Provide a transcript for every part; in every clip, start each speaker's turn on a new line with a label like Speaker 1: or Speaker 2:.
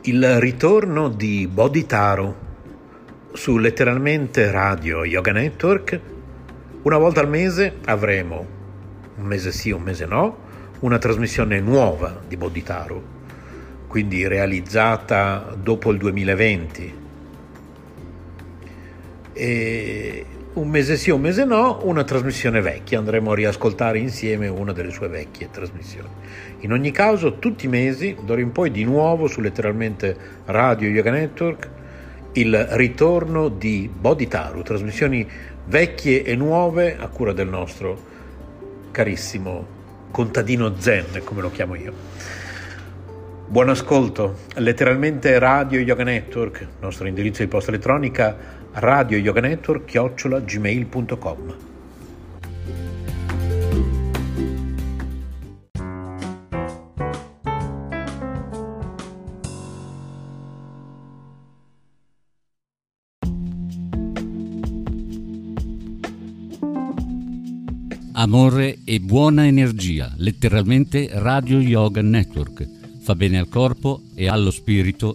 Speaker 1: Il ritorno di Bodhitaro su letteralmente Radio Yoga Network. Una volta al mese avremo, un mese sì, un mese no, una trasmissione nuova di Bodhitaro, quindi realizzata dopo il 2020. E un mese sì, un mese no, una trasmissione vecchia. Andremo a riascoltare insieme una delle sue vecchie trasmissioni. In ogni caso, tutti i mesi, d'ora in poi, di nuovo su letteralmente Radio Yoga Network, il ritorno di Bodhitaro, trasmissioni vecchie e nuove a cura del nostro carissimo contadino Zen, come lo chiamo io. Buon ascolto. Letteralmente Radio Yoga Network, nostro indirizzo di posta elettronica radioyoganetwork@gmail.com.
Speaker 2: Amore e buona energia, letteralmente Radio Yoga Network. Fa bene al corpo e allo spirito.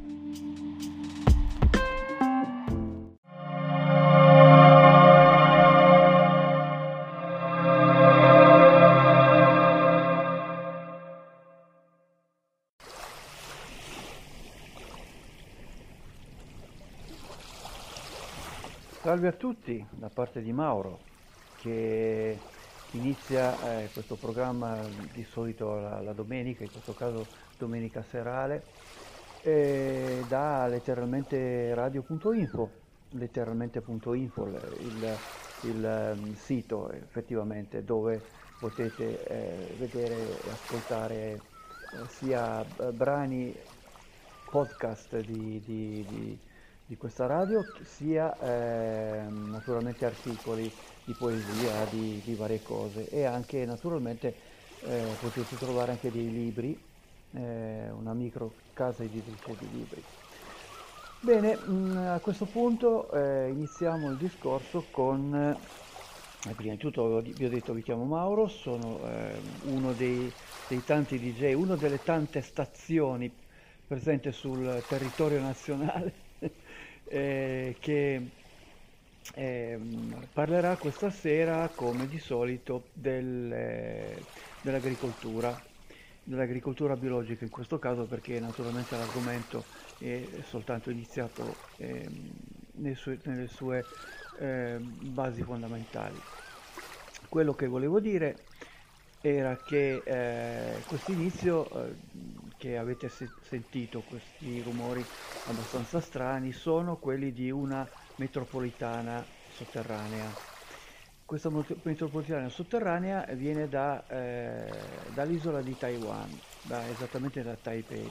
Speaker 3: Salve a tutti, da parte di Mauro, che inizia questo programma di solito la domenica, in questo caso domenica serale, da letteralmente radio.info, letteralmente.info, il sito effettivamente dove potete vedere e ascoltare sia brani podcast di questa radio, sia naturalmente articoli di poesia, di varie cose, e anche naturalmente potete trovare anche dei libri, una micro casa editrice di libri. Bene, a questo punto iniziamo il discorso con, prima di tutto vi ho detto vi chiamo Mauro, sono uno dei tanti DJ, una delle tante stazioni presenti sul territorio nazionale che parlerà questa sera, come di solito, dell'agricoltura biologica in questo caso, perché naturalmente l'argomento è soltanto iniziato nelle sue basi fondamentali. Quello che volevo dire era che questo inizio che avete sentito, questi rumori abbastanza strani, sono quelli di una metropolitana sotterranea. Questa metropolitana sotterranea viene dall'isola di Taiwan, esattamente da Taipei.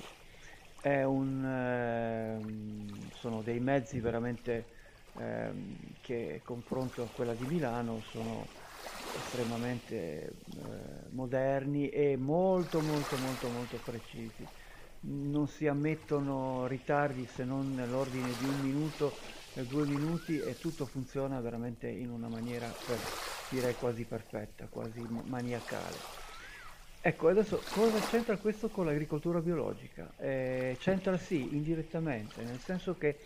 Speaker 3: Sono dei mezzi veramente che, confronto a quella di Milano, sono estremamente moderni e molto precisi. Non si ammettono ritardi se non nell'ordine di 1 minuto, 2 minuti, e tutto funziona veramente in una maniera, direi, quasi perfetta, quasi maniacale. Ecco, adesso cosa c'entra questo con l'agricoltura biologica? C'entra sì, indirettamente, nel senso che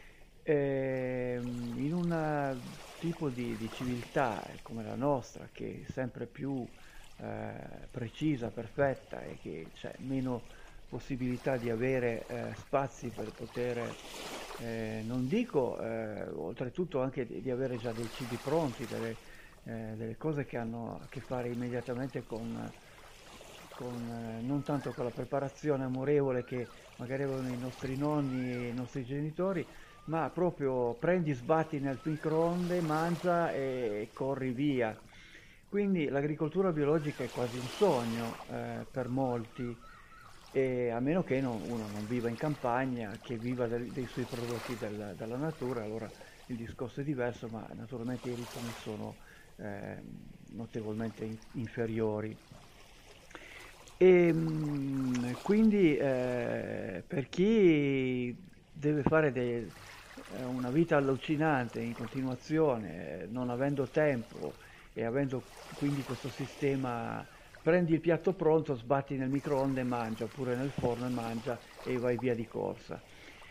Speaker 3: in un tipo di civiltà come la nostra, che è sempre più precisa, perfetta, e che c'è meno possibilità di avere spazi per poter, non dico, oltretutto anche di avere già dei cibi pronti, delle cose che hanno a che fare immediatamente con non tanto con la preparazione amorevole che magari avevano i nostri nonni e i nostri genitori, ma proprio prendi, sbatti nel microonde, mangia e corri via. Quindi l'agricoltura biologica è quasi un sogno per molti, e a meno che uno non viva in campagna, che viva dei suoi prodotti dalla natura, allora il discorso è diverso, ma naturalmente i ritmi sono notevolmente inferiori. E quindi per chi deve fare una vita allucinante in continuazione, non avendo tempo e avendo quindi questo sistema prendi il piatto pronto, sbatti nel microonde e mangia, oppure nel forno e mangia e vai via di corsa.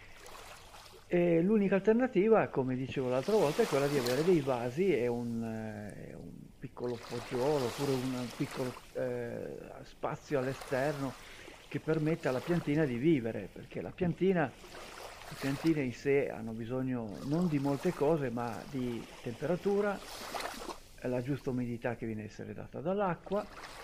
Speaker 3: E l'unica alternativa, come dicevo l'altra volta, è quella di avere dei vasi e un piccolo poggiolo oppure un piccolo spazio all'esterno che permetta alla piantina di vivere, perché le piantine in sé hanno bisogno non di molte cose, ma di temperatura, la giusta umidità che viene a essere data dall'acqua,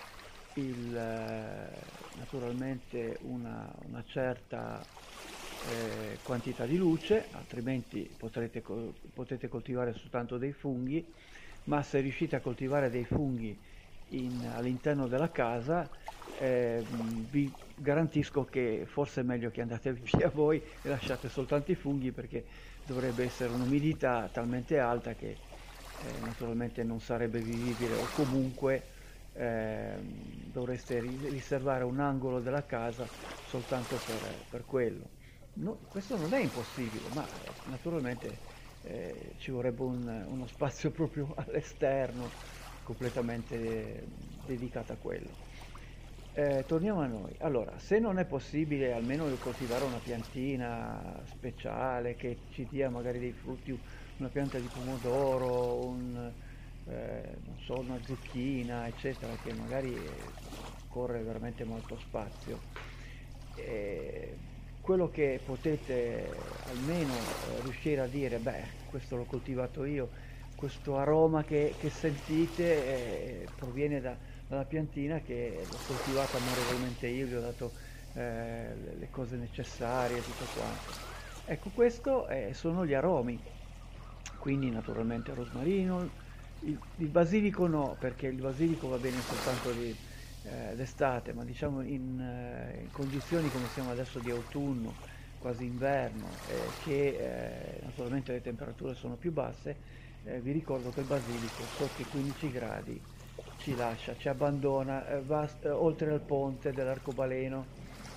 Speaker 3: naturalmente una certa quantità di luce, altrimenti potete coltivare soltanto dei funghi, ma se riuscite a coltivare dei funghi all'interno della casa, vi garantisco che forse è meglio che andate via voi e lasciate soltanto i funghi, perché dovrebbe essere un'umidità talmente alta che naturalmente non sarebbe vivibile, o comunque dovreste riservare un angolo della casa soltanto per quello. No, questo non è impossibile, ma naturalmente ci vorrebbe uno spazio proprio all'esterno, completamente dedicato a quello. Torniamo a noi. Allora, se non è possibile almeno coltivare una piantina speciale che ci dia magari dei frutti, una pianta di pomodoro, non so, una zucchina, eccetera, che magari corre veramente molto spazio. Eh, Quello che potete almeno riuscire a dire, beh, questo l'ho coltivato io, questo aroma che sentite proviene dalla piantina che l'ho coltivata amorevolmente io, gli ho dato le cose necessarie, tutto quanto. Ecco, questo sono gli aromi, quindi naturalmente il rosmarino, il basilico no, perché il basilico va bene soltanto d'estate, ma diciamo in condizioni come siamo adesso di autunno, quasi inverno, che naturalmente le temperature sono più basse, vi ricordo che il basilico sotto i 15 gradi ci lascia, ci abbandona, va oltre al ponte dell'arcobaleno,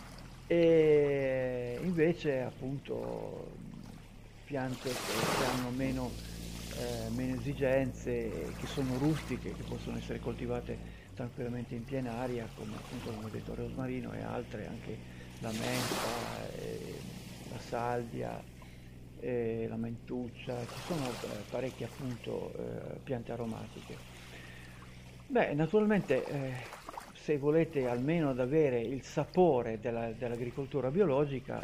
Speaker 3: e invece appunto piante che hanno meno esigenze, che sono rustiche, che possono essere coltivate tranquillamente in piena aria, come appunto come ho detto il rosmarino e altre, anche la menta, la salvia, la mentuccia, ci sono parecchie appunto piante aromatiche. Beh, naturalmente, se volete almeno ad avere il sapore dell'agricoltura biologica,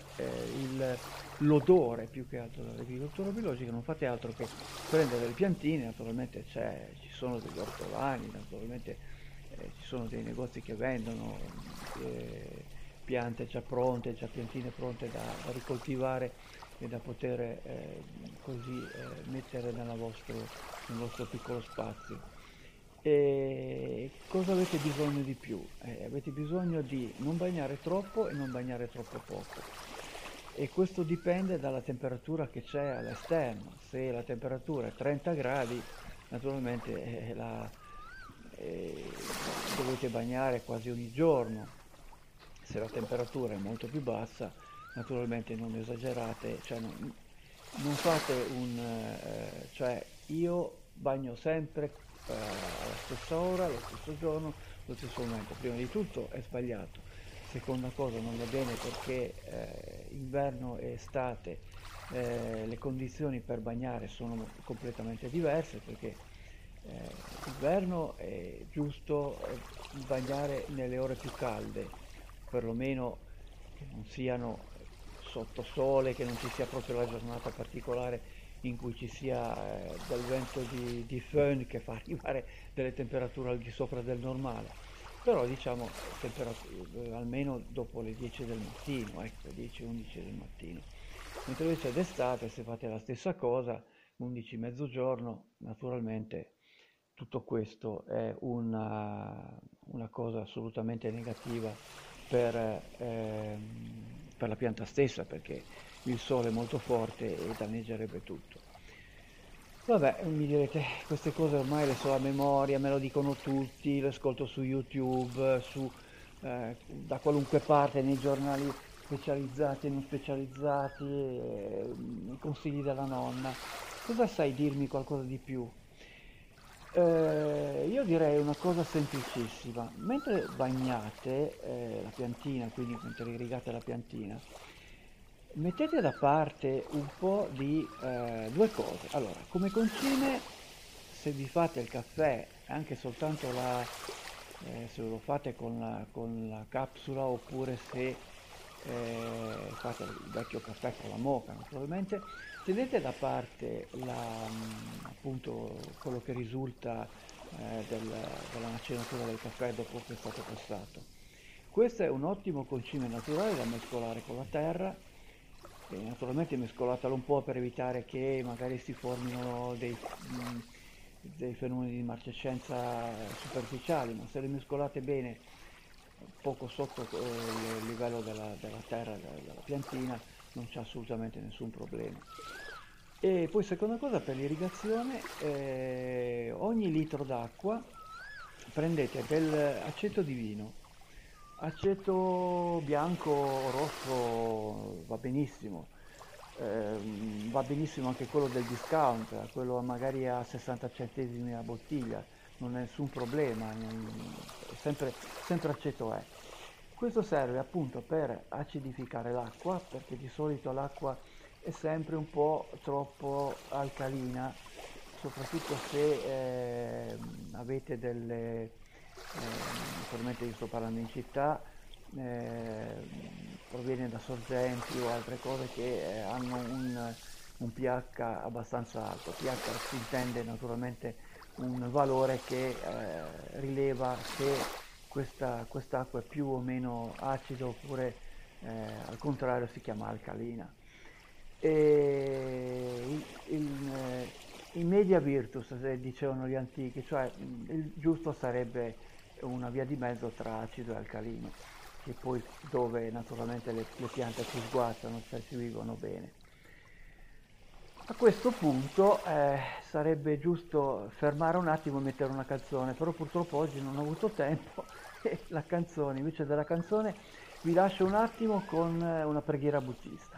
Speaker 3: l'odore più che altro dell'agricoltura biologica, non fate altro che prendere le piantine, naturalmente ci sono degli ortolani, naturalmente ci sono dei negozi che vendono piante già pronte, già piantine pronte da ricoltivare e da poter così mettere nel vostro piccolo spazio. E cosa avete bisogno di più? Avete bisogno di non bagnare troppo e non bagnare troppo poco. E questo dipende dalla temperatura che c'è all'esterno. Se la temperatura è 30 gradi, naturalmente eh, dovete bagnare quasi ogni giorno. Se la temperatura è molto più bassa, naturalmente non esagerate, cioè non fate cioè io bagno sempre alla stessa ora, allo stesso giorno, allo stesso momento. Prima di tutto è sbagliato. Seconda cosa, non va bene perché inverno e estate le condizioni per bagnare sono completamente diverse, perché inverno è giusto bagnare nelle ore più calde, perlomeno che non siano sotto sole, che non ci sia proprio la giornata particolare in cui ci sia del vento di föhn che fa arrivare delle temperature al di sopra del normale. Però diciamo almeno dopo le 10 del mattino, ecco, 10-11 del mattino. Mentre invece d'estate, se fate la stessa cosa, 11 mezzogiorno, naturalmente tutto questo è una cosa assolutamente negativa per la pianta stessa, perché il sole è molto forte e danneggerebbe tutto. Vabbè, mi direte, queste cose ormai le so a memoria, me lo dicono tutti, le ascolto su YouTube, da qualunque parte, nei giornali specializzati e non specializzati, i consigli della nonna. Cosa sai dirmi qualcosa di più? Io direi una cosa semplicissima. Mentre bagnate la piantina, quindi mentre irrigate la piantina, mettete da parte un po' di due cose. Allora, come concime, se vi fate il caffè, anche soltanto se lo fate con la capsula oppure se fate il vecchio caffè con la moka, naturalmente, tenete da parte appunto quello che risulta della macellatura del caffè dopo che è stato passato. Questo è un ottimo concime naturale da mescolare con la terra e naturalmente mescolatelo un po' per evitare che magari si formino dei fenomeni di marcescenza superficiali, ma se le mescolate bene poco sotto il livello della terra, della piantina, non c'è assolutamente nessun problema. E poi seconda cosa per l'irrigazione, ogni litro d'acqua prendete dell'aceto di vino, aceto bianco o rosso va benissimo anche quello del discount, quello magari a 60 centesimi a bottiglia, non è nessun problema, sempre aceto è. Questo serve appunto per acidificare l'acqua, perché di solito l'acqua è sempre un po' troppo alcalina, soprattutto se avete naturalmente io sto parlando in città, proviene da sorgenti o altre cose che hanno un pH abbastanza alto. pH si intende naturalmente un valore che rileva se quest'acqua è più o meno acida oppure al contrario si chiama alcalina. E in media virtus, dicevano gli antichi, cioè il giusto sarebbe una via di mezzo tra acido e alcalino, che poi dove naturalmente le piante si sguazzano, cioè si vivono bene. A questo punto sarebbe giusto fermare un attimo e mettere una canzone, però purtroppo oggi non ho avuto tempo e la canzone, invece della canzone vi lascio un attimo con una preghiera buddista.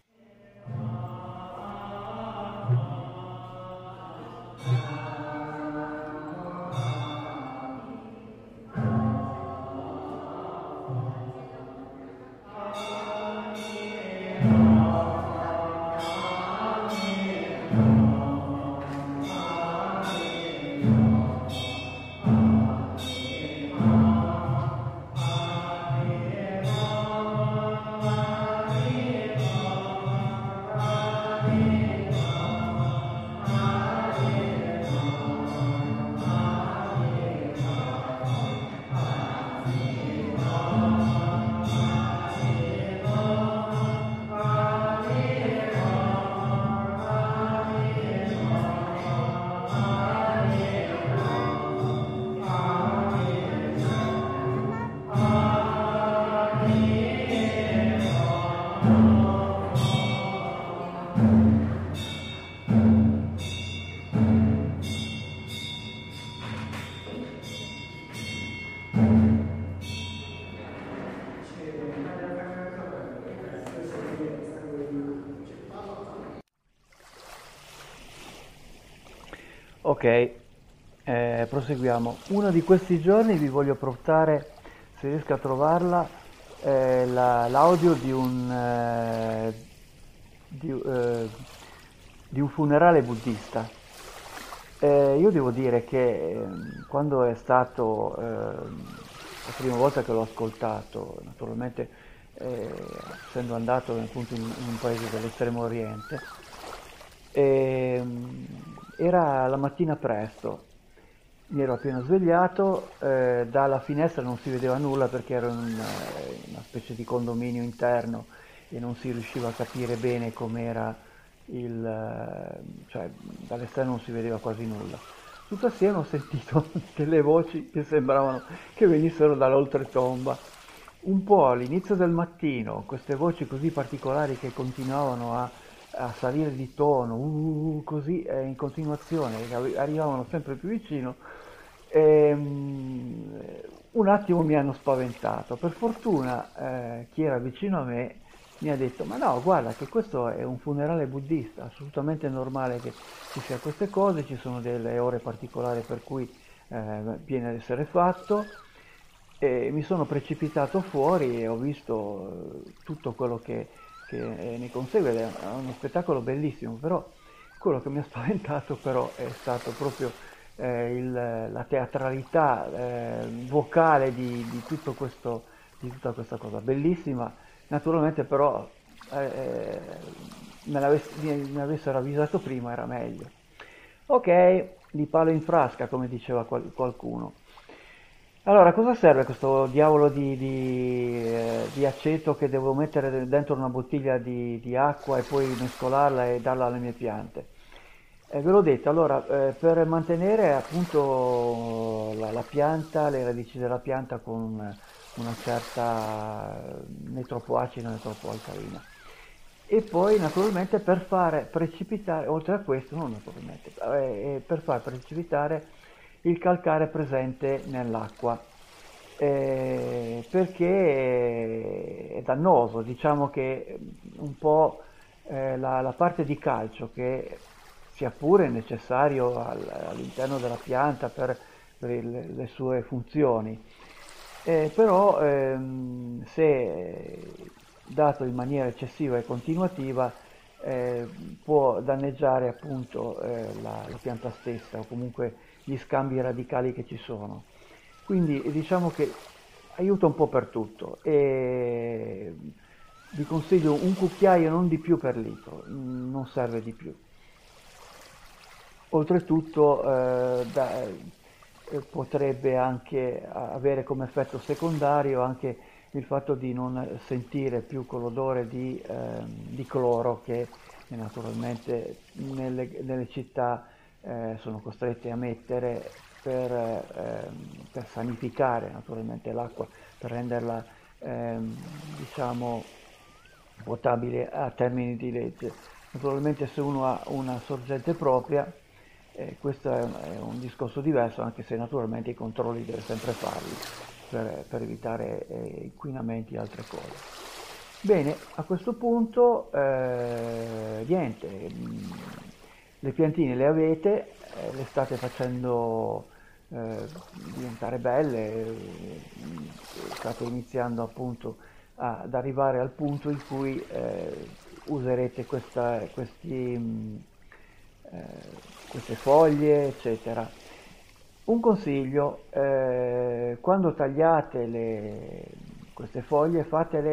Speaker 3: Ok, proseguiamo. Uno di questi giorni vi voglio portare, se riesco a trovarla, l'audio di un funerale buddista. Io devo dire che quando è stato la prima volta che l'ho ascoltato, naturalmente essendo andato appunto in un paese dell'estremo oriente, era la mattina presto, mi ero appena svegliato, dalla finestra non si vedeva nulla perché ero in una specie di condominio interno e non si riusciva a capire bene com'era cioè dall'esterno non si vedeva quasi nulla. Tutto assieme ho sentito delle voci che sembravano che venissero dall'oltretomba. Un po' all'inizio del mattino, queste voci così particolari che continuavano a salire di tono, così in continuazione, che arrivavano sempre più vicino, un attimo mi hanno spaventato. Per fortuna chi era vicino a me mi ha detto, ma no, guarda che questo è un funerale buddista, assolutamente normale che ci sia queste cose, ci sono delle ore particolari per cui viene ad essere fatto. E mi sono precipitato fuori e ho visto tutto quello che ne consegue, ed è uno spettacolo bellissimo, però quello che mi ha spaventato però è stato proprio la teatralità vocale di tutto questo, di tutta questa cosa, bellissima. Naturalmente però me l'avessero avvisato prima era meglio. Ok, di palo in frasca, come diceva qualcuno. Allora, cosa serve questo diavolo di aceto che devo mettere dentro una bottiglia di acqua e poi mescolarla e darla alle mie piante? Ve l'ho detto, allora, per mantenere appunto la pianta, le radici della pianta con una certa né troppo acida né troppo alcalina. E poi naturalmente per fare precipitare, oltre a questo, non naturalmente, per far precipitare il calcare presente nell'acqua, perché è dannoso, diciamo che un po' la parte di calcio che sia pure necessario all'interno della pianta le sue funzioni, però se dato in maniera eccessiva e continuativa può danneggiare appunto la pianta stessa o comunque gli scambi radicali che ci sono. Quindi diciamo che aiuta un po' per tutto e vi consiglio un cucchiaio non di più per litro, non serve di più. Oltretutto potrebbe anche avere come effetto secondario anche il fatto di non sentire più quell'odore di cloro che naturalmente nelle città sono costrette a mettere per sanificare naturalmente l'acqua, per renderla diciamo potabile a termini di legge. Naturalmente se uno ha una sorgente propria, questo è un discorso diverso, anche se naturalmente i controlli deve sempre farli per evitare inquinamenti e altre cose. Bene, a questo punto niente, le piantine le avete, le state facendo diventare belle, state iniziando appunto ad arrivare al punto in cui userete queste foglie, eccetera. Un consiglio, quando tagliate queste foglie,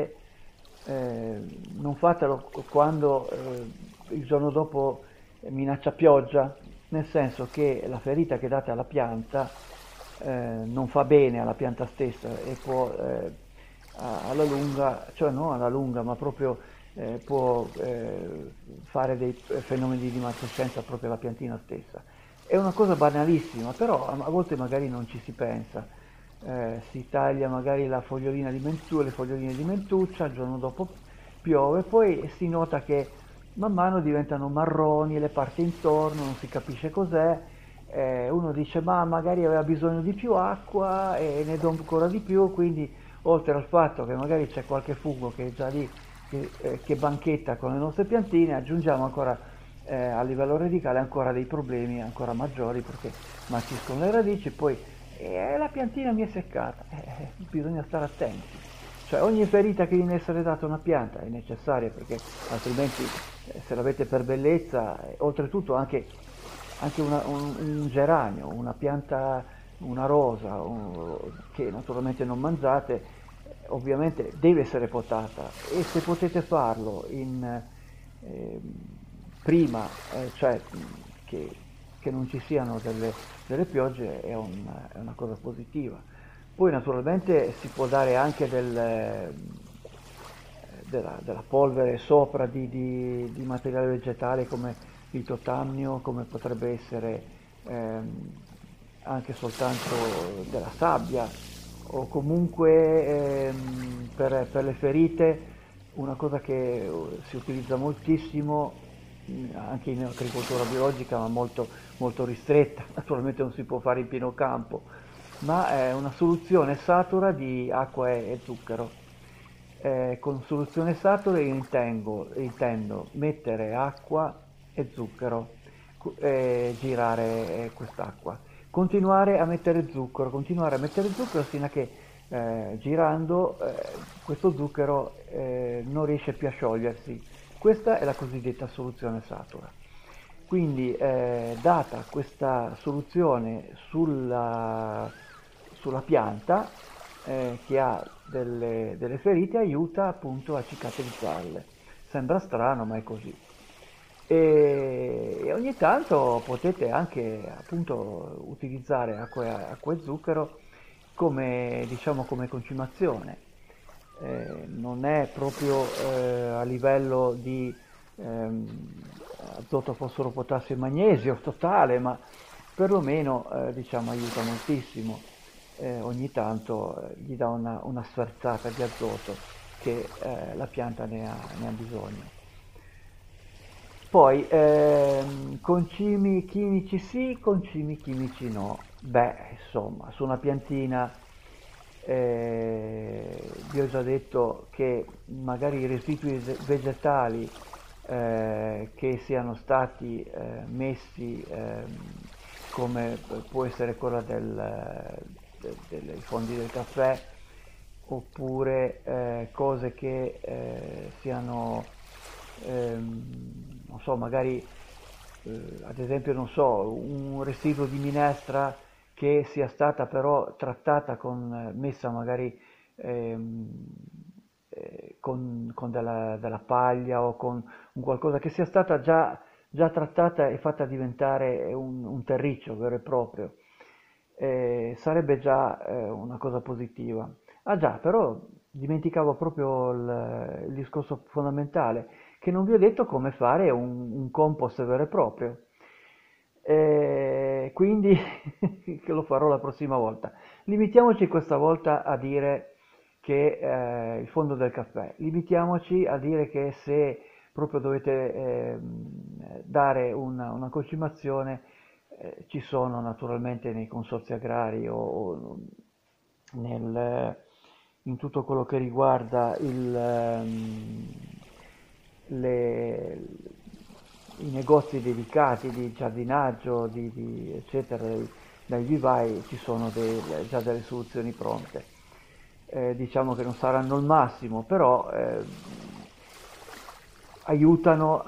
Speaker 3: non fatelo quando il giorno dopo minaccia pioggia, nel senso che la ferita che date alla pianta non fa bene alla pianta stessa e può alla lunga, cioè non alla lunga, ma proprio può fare dei fenomeni di malcoscienza proprio alla piantina stessa. È una cosa banalissima, però a volte magari non ci si pensa. Si taglia magari la fogliolina le foglioline di mentuccia, il giorno dopo piove, poi si nota che man mano diventano marroni, le parti intorno, non si capisce cos'è, uno dice ma magari aveva bisogno di più acqua e ne do ancora di più, quindi oltre al fatto che magari c'è qualche fungo che è già lì che banchetta con le nostre piantine, aggiungiamo ancora a livello radicale ancora dei problemi ancora maggiori perché marciscono le radici, poi la piantina mi è seccata, bisogna stare attenti. Cioè ogni ferita che viene a essere data a una pianta è necessaria perché altrimenti se l'avete per bellezza, oltretutto anche un geranio, una pianta, una rosa che naturalmente non mangiate, ovviamente deve essere potata e se potete farlo prima, cioè che non ci siano delle piogge è una cosa positiva. Poi naturalmente si può dare anche della polvere sopra di materiale vegetale come il totamnio, come potrebbe essere anche soltanto della sabbia o comunque per le ferite una cosa che si utilizza moltissimo anche in agricoltura biologica ma molto, molto ristretta, naturalmente non si può fare in pieno campo, ma è una soluzione satura di acqua e zucchero. Con soluzione satura io intendo mettere acqua e zucchero, girare quest'acqua, continuare a mettere zucchero fino a che girando questo zucchero non riesce più a sciogliersi. Questa è la cosiddetta soluzione satura. Quindi data questa soluzione sulla pianta che ha delle ferite, aiuta appunto a cicatrizzarle. Sembra strano, ma è così. E ogni tanto potete anche appunto utilizzare acqua e zucchero come, diciamo, come concimazione. Non è proprio a livello di azoto, fosforo, potassio e magnesio totale, ma perlomeno diciamo aiuta moltissimo. Ogni tanto gli dà una sferzata di azoto che la pianta ne ha bisogno. Poi concimi chimici sì, concimi chimici no. Beh, insomma, su una piantina vi ho già detto che magari i residui vegetali che siano stati messi come può essere quella dei fondi del caffè, oppure cose che siano non so, magari ad esempio, non so, un residuo di minestra che sia stata però trattata messa magari con della paglia o con un qualcosa che sia stata già trattata e fatta diventare un terriccio vero e proprio. Sarebbe già una cosa positiva. Ah già, però dimenticavo proprio il discorso fondamentale, che non vi ho detto come fare un compost vero e proprio. Quindi che lo farò la prossima volta. Limitiamoci questa volta a dire che il fondo del caffè, limitiamoci a dire che se proprio dovete dare una concimazione, ci sono naturalmente nei consorzi agrari o in tutto quello che riguarda i negozi dedicati di giardinaggio, eccetera, dai vivai, ci sono già delle soluzioni pronte. Diciamo che non saranno il massimo, però aiutano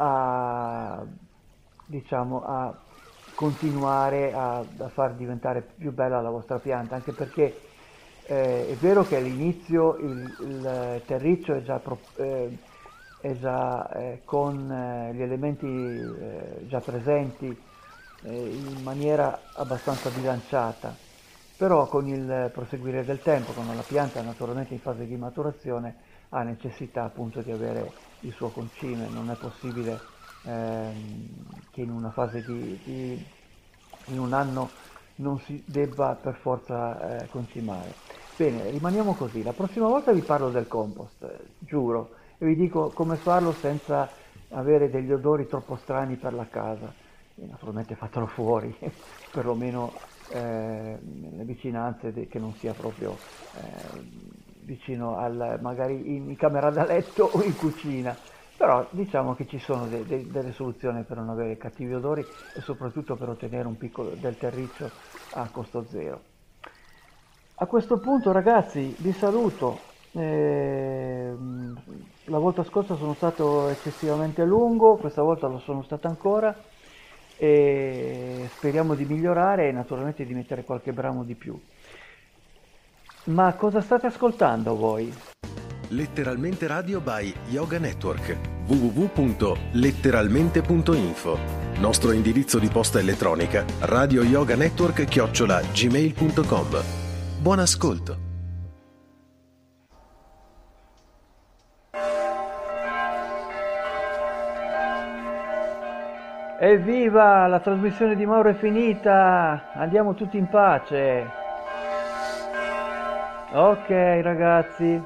Speaker 3: diciamo, a continuare a far diventare più bella la vostra pianta, anche perché è vero che all'inizio il terriccio è già con gli elementi già presenti in maniera abbastanza bilanciata, però con il proseguire del tempo, quando la pianta è naturalmente in fase di maturazione, ha necessità appunto di avere il suo concime. Non è possibile che in una fase in un anno non si debba per forza concimare. Bene, rimaniamo così. La prossima volta vi parlo del compost, giuro, e vi dico come farlo senza avere degli odori troppo strani per la casa. E naturalmente fatelo fuori, perlomeno nelle vicinanze, che non sia proprio vicino magari in camera da letto o in cucina. Però diciamo che ci sono delle soluzioni per non avere cattivi odori e soprattutto per ottenere un piccolo del terriccio a costo zero. A questo punto, ragazzi, vi saluto. La volta scorsa sono stato eccessivamente lungo, questa volta lo sono stato ancora, e speriamo di migliorare e naturalmente di mettere qualche brano di più. Ma cosa state ascoltando voi?
Speaker 4: Letteralmente Radio by Yoga Network, www.letteralmente.info. Nostro indirizzo di posta elettronica radioyoganetwork@gmail.com. Buon ascolto.
Speaker 3: Evviva, la trasmissione di Mauro è finita, andiamo tutti in pace. Ok ragazzi,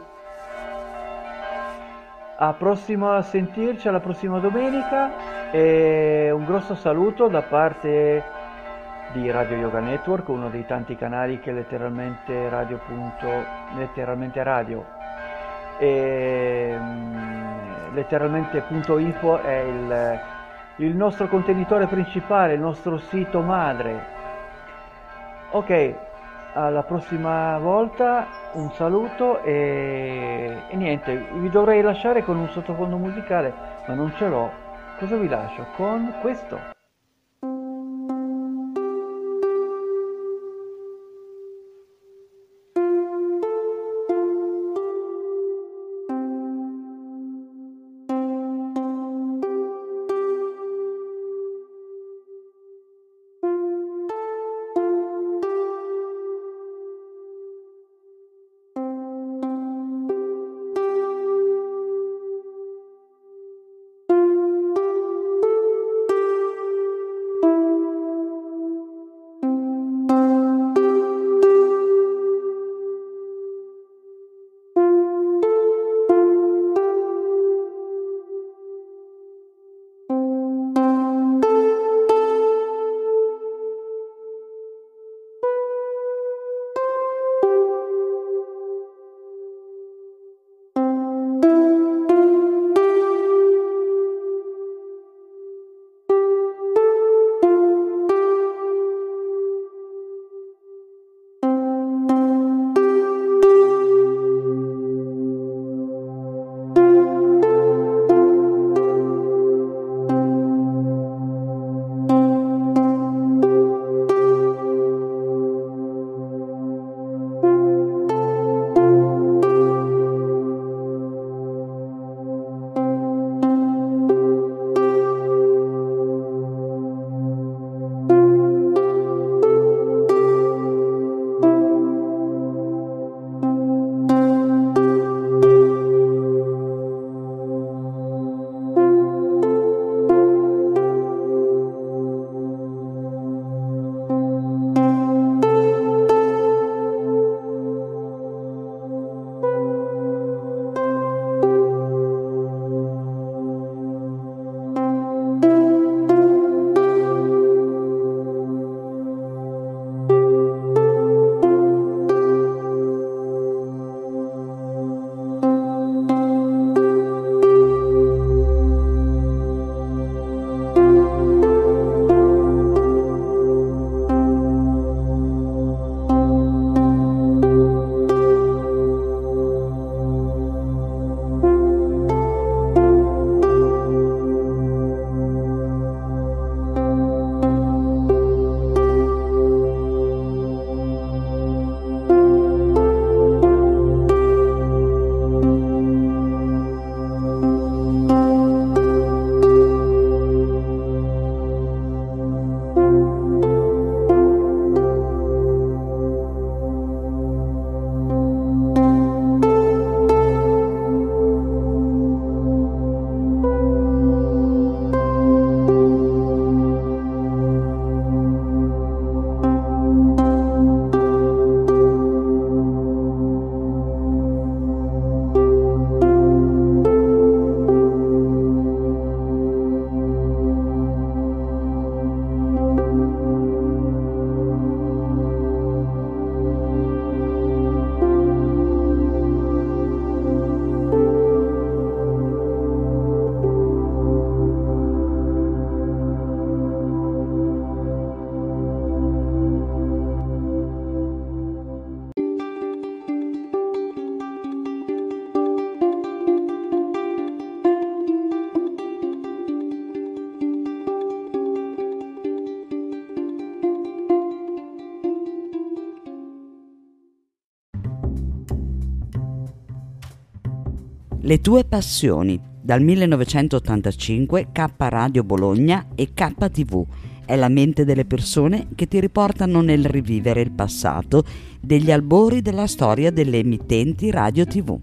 Speaker 3: a sentirci alla prossima domenica, e un grosso saluto da parte di Radio Yoga Network, uno dei tanti canali che letteralmente radio e letteralmente.info è il nostro contenitore principale, il nostro sito madre. Ok, alla prossima volta, un saluto e niente, vi dovrei lasciare con un sottofondo musicale, ma non ce l'ho. Cosa vi lascio? Con questo.
Speaker 5: Le tue passioni, dal 1985 K Radio Bologna e KTV. È la mente delle persone che ti riportano nel rivivere il passato degli albori della storia delle emittenti radio TV.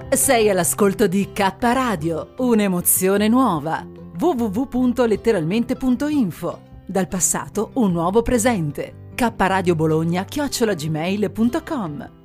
Speaker 6: Sei all'ascolto di K Radio, un'emozione nuova. www.letteralmente.info. Dal passato un nuovo presente. kradiobologna@gmail.com.